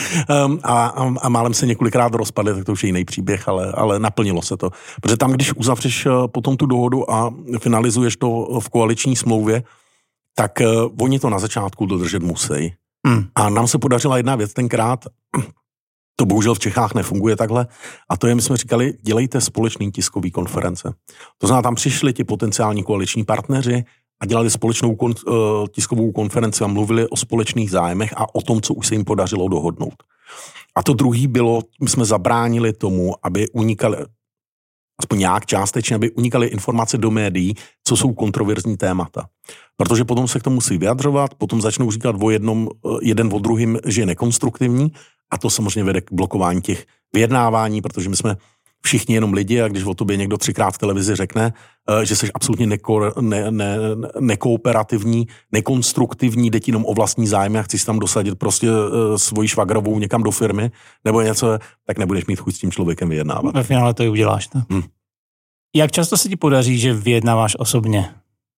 a málem se několikrát rozpadli, tak to už je jiný příběh, ale naplnilo se to. Protože tam, když uzavřeš potom tu dohodu a finalizuješ to v koaliční smlouvě, tak oni to na začátku dodržet musí. A nám se podařila jedna věc tenkrát, to bohužel v Čechách nefunguje takhle, a to je, my jsme říkali, dělejte společný tiskový konference. To znamená, tam přišli ti potenciální koaliční partneři a dělali společnou tiskovou konferenci a mluvili o společných zájmech a o tom, co už se jim podařilo dohodnout. A to druhý bylo, my jsme zabránili tomu, aby unikaly, aspoň nějak částečně, aby unikaly informace do médií, co jsou kontroverzní témata. Protože potom se k tomu musí vyjadřovat, potom začnou říkat jeden o druhým, že je nekonstruktivní, a to samozřejmě vede k blokování těch vyjednávání, protože my jsme všichni jenom lidi a když o tobě někdo 3krát v televizi řekne, že jsi absolutně nekooperativní, nekonstruktivní, jde ti jenom o vlastní zájmy a chceš tam dosadit prostě svoji švagrovou někam do firmy nebo něco, tak nebudeš mít chuť s tím člověkem vyjednávat. Ve finále to i uděláš. Ne? Jak často se ti podaří, že vyjednáváš osobně?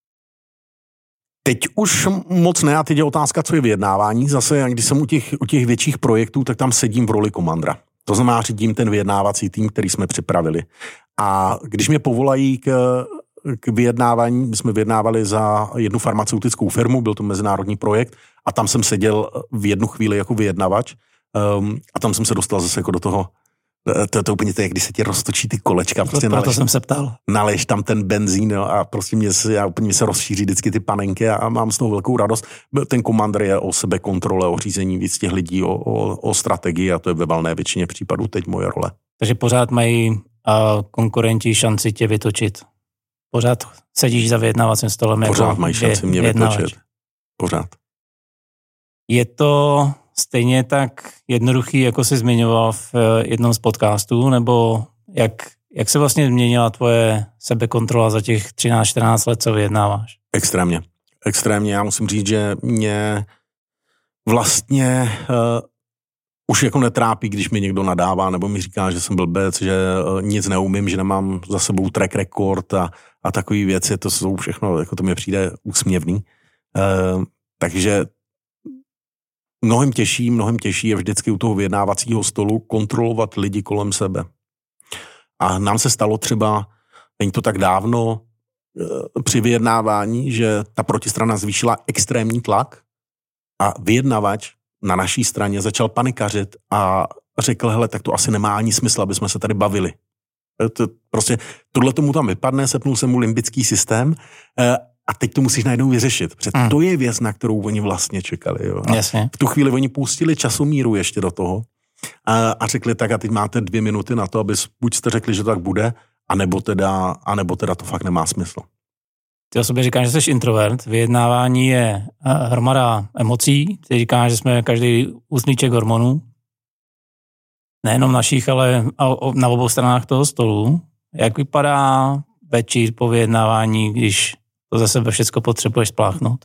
Teď už moc ne, a teď je otázka, co je vyjednávání. Zase, když jsem u těch větších projektů, tak tam sedím v roli komandra. To znamená, řídím ten vyjednávací tým, který jsme připravili. A když mě povolají k vyjednávání, my jsme vyjednávali za jednu farmaceutickou firmu, byl to mezinárodní projekt, a tam jsem seděl v jednu chvíli jako vyjednavač a tam jsem se dostal zase jako do toho, to úplně to je, když se ti roztočí ty kolečka. Prostě proto jsem se ptal. Naleješ tam ten benzín, jo, a prostě mě se rozšíří vždycky ty panenky a mám z toho velkou radost. Ten komandr je o sebekontrole, o řízení víc těch lidí, o strategii, a to je ve valné většině případů teď moje role. Takže pořád mají konkurenti šanci tě vytočit. Pořád sedíš za vyjednávacím stolem. Pořád jako mají šanci mě vytočit. Pořád. Je to stejně tak jednoduchý, jako jsi zmiňoval v jednom z podcastů, nebo jak se vlastně změnila tvoje sebekontrola za těch 13-14 let, co vyjednáváš? Extrémně. Já musím říct, že mě vlastně už jako netrápí, když mi někdo nadává, nebo mi říká, že jsem blbec, že nic neumím, že nemám za sebou track record a takové věci, to jsou všechno, jako to mi přijde úsměvný. Takže mnohem těžší je vždycky u toho vyjednávacího stolu kontrolovat lidi kolem sebe. A nám se stalo třeba, není to tak dávno, při vyjednávání, že ta protistrana zvýšila extrémní tlak a vyjednavač na naší straně začal panikařit a řekl, hele, tak to asi nemá ani smysl, aby jsme se tady bavili. Prostě tohle tomu tam vypadne, sepnul se mu limbický systém a teď to musíš najednou vyřešit. Protože to je věc, na kterou oni vlastně čekali. Jo. Jasně. V tu chvíli oni pustili časomíru ještě do toho a řekli, tak a teď máte 2 minuty na to, aby buď jste řekli, že to tak bude, anebo teda to fakt nemá smysl. Ty o sobě říkáš, že jsi introvert. Vyjednávání je hromada emocí. Ty říkáš, že jsme každý úsmíček hormonů. Nejenom našich, ale na obou stranách toho stolu. Jak vypadá večer po vyjednávání, když to za sebe všechno potřebuješ spláchnout?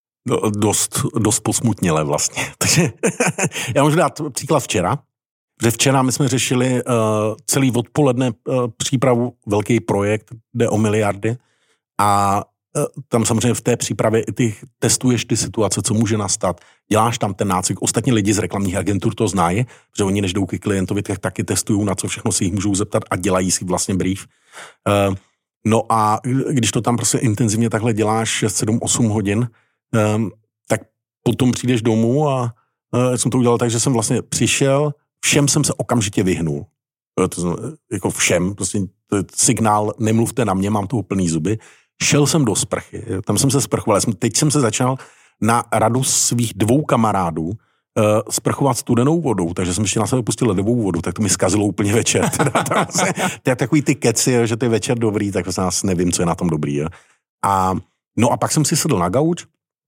Dost posmutněle vlastně. Takže já můžu dát příklad včera. Že včera my jsme řešili celý odpoledne přípravu, velký projekt, jde o miliardy a tam samozřejmě v té přípravě i ty testuješ ty situace, co může nastat, děláš tam ten nácvik. Ostatní lidi z reklamních agentur to znají, že oni než jdou k klientovi, tak taky testují, na co všechno si jich můžou zeptat a dělají si vlastně brief. No a když to tam prostě intenzivně takhle děláš 6, 7, 8 hodin, tak potom přijdeš domů a jsem to udělal tak, že jsem vlastně přišel, všem jsem se okamžitě vyhnul. Jako všem, prostě signál, nemluvte na mě, mám toho plný zuby. Šel jsem do sprchy, tam jsem se sprchoval. Teď jsem se začal na radu svých 2 kamarádů sprchovat studenou vodou, takže jsem ještě na sebe pustil ledovou vodu, tak to mi zkazilo úplně večer. To je takový ty keci, že to je večer dobrý, tak vlastně nevím, co je na tom dobrý. Jo. No a pak jsem si sedl na gauč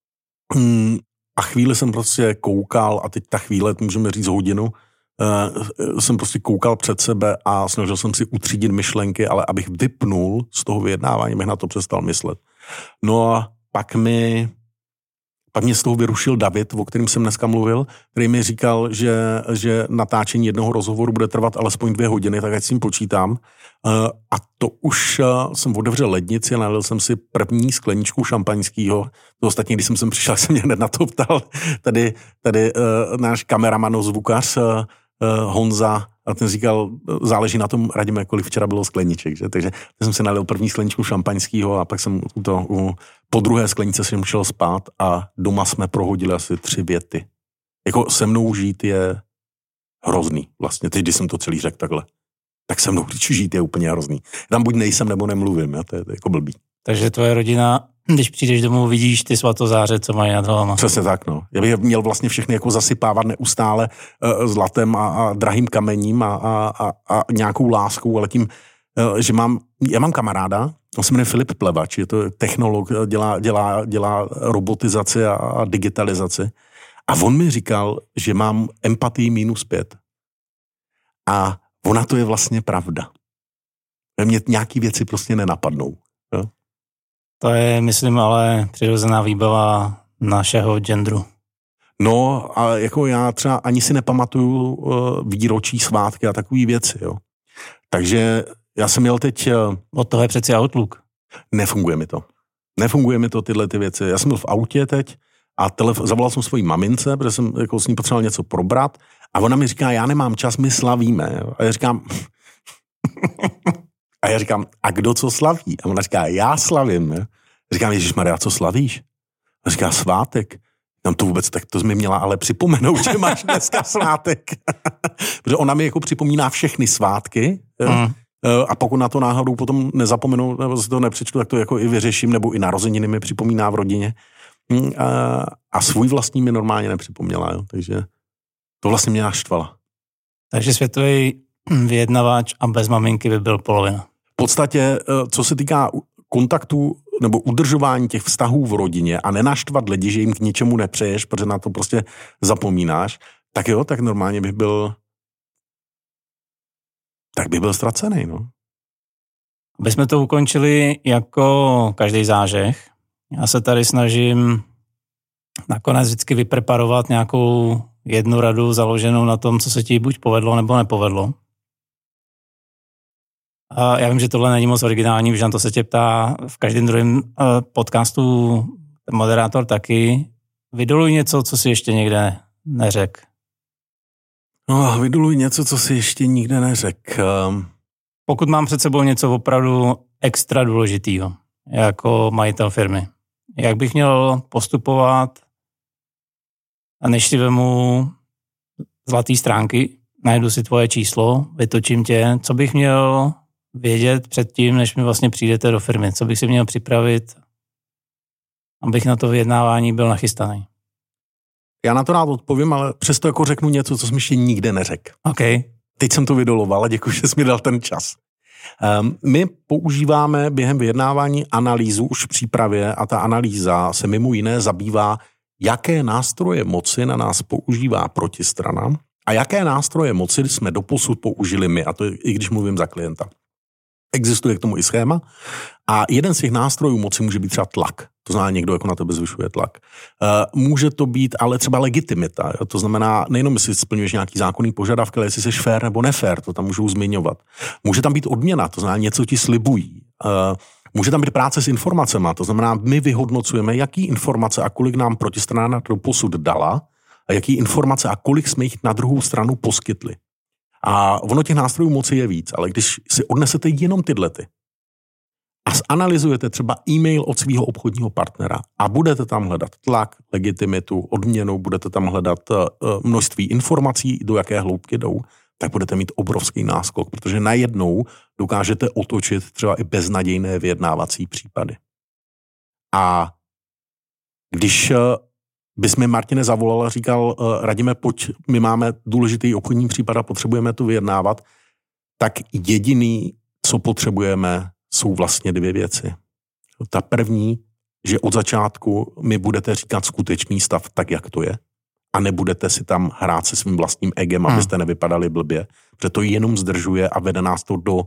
a chvíli jsem prostě koukal a teď ta chvíle, můžeme říct hodinu, jsem prostě koukal před sebe a snažil jsem si utřídit myšlenky, ale abych vypnul z toho vyjednávání, bych na to přestal myslet. No a pak mi Pak mě z toho vyrušil David, o kterém jsem dneska mluvil, který mi říkal, že natáčení jednoho rozhovoru bude trvat alespoň 2 hodiny, tak ať s tím počítám. A to už jsem otevřel lednici a nalil jsem si první skleničku šampaňského. To ostatně, když jsem sem přišel, jsem mě hned na to ptal. Tady náš kameraman, zvukař Honza, a ten říkal, záleží na tom, Radime, kolik včera bylo skleniček. Že? Takže jsem si nalil první skleničku šampaňského a pak jsem po druhé sklenice jsem šel spát a doma jsme prohodili asi 3 věty. Jako se mnou žít je hrozný. Vlastně teď, když jsem to celý řekl takhle, tak se mnou žít je úplně hrozný. Tam buď nejsem, nebo nemluvím. To je jako blbý. Takže tvoje rodina, když přijdeš domů, vidíš ty svatozáře, co mají nad hlavama. Přesně tak, no. Já bych měl vlastně všechny jako zasypávat neustále zlatem a drahým kamením a nějakou láskou, ale tím, že já mám kamaráda, on se jmenuje Filip Plevač, je to technolog, dělá robotizaci a digitalizaci. A on mi říkal, že mám empatii -5. A ona to je vlastně pravda. Mě nějaký věci prostě nenapadnou. Jo? To je, myslím, ale přirozená výbava našeho genderu. No a jako já třeba ani si nepamatuju výročí, svátky a takové věci, jo. Takže já jsem měl teď... Od toho je přeci Outlook. Nefunguje mi to tyhle ty věci. Já jsem byl v autě teď a zavolal jsem svojí mamince, protože jsem jako s ní potřeboval něco probrat a ona mi říká, já nemám čas, my slavíme. Jo. A já říkám, a kdo co slaví? A ona říká, já slavím. Jo. Říkám, Ježišmarja, co slavíš? A říká, svátek. Tam to vůbec, tak to jsi mi měla ale připomenout, že máš dneska svátek. Protože ona mi jako připomíná všechny svátky. A pokud na to náhodou potom nezapomenu, nebo si to nepřečtu, tak to jako i vyřeším, nebo i narozeniny mi připomíná v rodině. A svůj vlastní mi normálně nepřipomněla. Jo. Takže to vlastně mě naštvala. Takže světový vyjednavač a bez maminky by byl polovina. V podstatě, co se týká kontaktu nebo udržování těch vztahů v rodině a nenaštvat lidi, že jim k ničemu nepřeješ, protože na to prostě zapomínáš, tak jo, tak normálně bych byl ztracený, no. Aby jsme to ukončili jako každý zážeh, já se tady snažím nakonec vždycky vypreparovat nějakou jednu radu založenou na tom, co se ti buď povedlo, nebo nepovedlo. A já vím, že tohle není moc originální, protože na to se tě ptá v každém druhém podcastu ten moderátor taky. Vydoluj něco, co si ještě někde neřekl. No, vydoluj něco, co si ještě nikde neřekl. Pokud mám před sebou něco opravdu extra důležitýho, jako majitel firmy, jak bych měl postupovat, než si vemu zlatý stránky, najdu si tvoje číslo, vytočím tě, co bych měl vědět předtím, než mi vlastně přijdete do firmy, co bych si měl připravit, abych na to vyjednávání byl nachystaný. Já na to rád odpovím, ale přesto jako řeknu něco, co jsem ještě nikde neřekl. Okay. Teď jsem to vydoloval a děkuji, že jsi mi dal ten čas. My používáme během vyjednávání analýzu už v přípravě a ta analýza se mimo jiné zabývá, jaké nástroje moci na nás používá protistrana a jaké nástroje moci jsme doposud použili my, a to i když mluvím za klienta. Existuje k tomu i schéma a jeden z těch nástrojů moci může být třeba tlak. To znamená, někdo jako na tebe zvyšuje tlak. Může to být ale třeba legitimita. Jo? To znamená, nejenom jestli splňuješ nějaký zákonný požadavky, ale jestli jsi fér nebo nefér, to tam můžou zmiňovat. Může tam být odměna, to znamená, něco ti slibují. Může tam být práce s informacemi, to znamená, my vyhodnocujeme, jaký informace a kolik nám protistrana doposud dala a jaký informace a kolik jsme jich na druhou stranu poskytli. A ono těch nástrojů moci je víc, ale když si odnesete jenom tyhlety a zanalyzujete třeba e-mail od svého obchodního partnera a budete tam hledat tlak, legitimitu, odměnu, budete tam hledat množství informací, do jaké hloubky jdou, tak budete mít obrovský náskok, protože najednou dokážete otočit třeba i beznadějné vyjednávací případy. A když bys mi, Martine, zavolal a říkal, Radime, pojď, my máme důležitý obchodní případ a potřebujeme to vyjednávat, tak jediný, co potřebujeme, jsou vlastně 2 věci. Ta první, že od začátku mi budete říkat skutečný stav tak, jak to je, a nebudete si tam hrát se svým vlastním egem, abyste nevypadali blbě, protože to jenom zdržuje a vede nás to do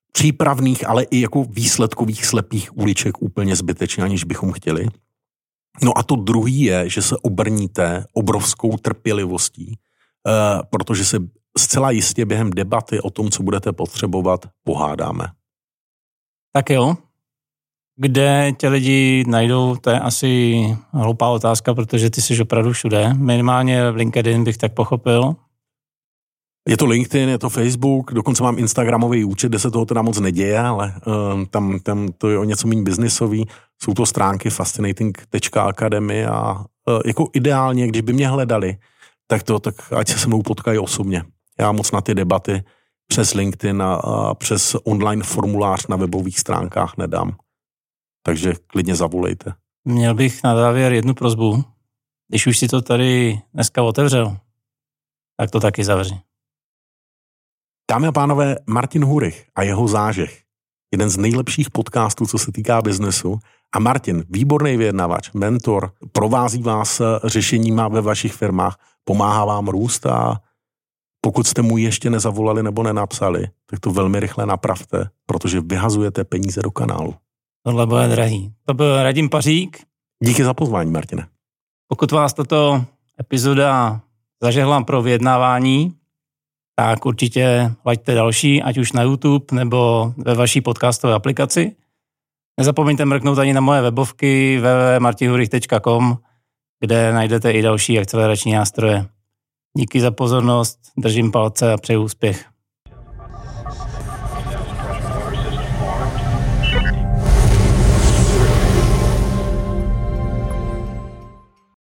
přípravných, ale i jako výsledkových slepých uliček úplně zbytečně, aniž bychom chtěli. No a to druhý je, že se obrníte obrovskou trpělivostí, protože se zcela jistě během debaty o tom, co budete potřebovat, pohádáme. Tak jo. Kde tě lidi najdou, to je asi hloupá otázka, protože ty jsi opravdu všude. Minimálně v LinkedIn bych tak pochopil. Je to LinkedIn, je to Facebook, dokonce mám Instagramový účet, kde se toho teda moc neděje, ale tam to je o něco méně biznisový. Jsou to stránky fascinating.academy a jako ideálně, když by mě hledali, tak ať se mnou potkají osobně. Já moc na ty debaty přes LinkedIn a přes online formulář na webových stránkách nedám. Takže klidně zavolejte. Měl bych na závěr jednu prosbu. Když už si to tady dneska otevřel, tak to taky zavři. Dámy a pánové, Martin Hurich a jeho Zážeh. Jeden z nejlepších podcastů, co se týká biznesu. A Martin, výborný vyjednavač, mentor, provází vás řešeníma ve vašich firmách, pomáhá vám růst a pokud jste mu ještě nezavolali nebo nenapsali, tak to velmi rychle napravte, protože vyhazujete peníze do kanálu. Tohle bude drahý. To byl Radim Pařík. Díky za pozvání, Martine. Pokud vás tato epizoda zažehla pro vyjednávání, tak určitě laďte další, ať už na YouTube nebo ve vaší podcastové aplikaci. Nezapomeňte mrknout ani na moje webovky www.martinhurich.com, kde najdete i další akcelerační nástroje. Díky za pozornost, držím palce a přeju úspěch.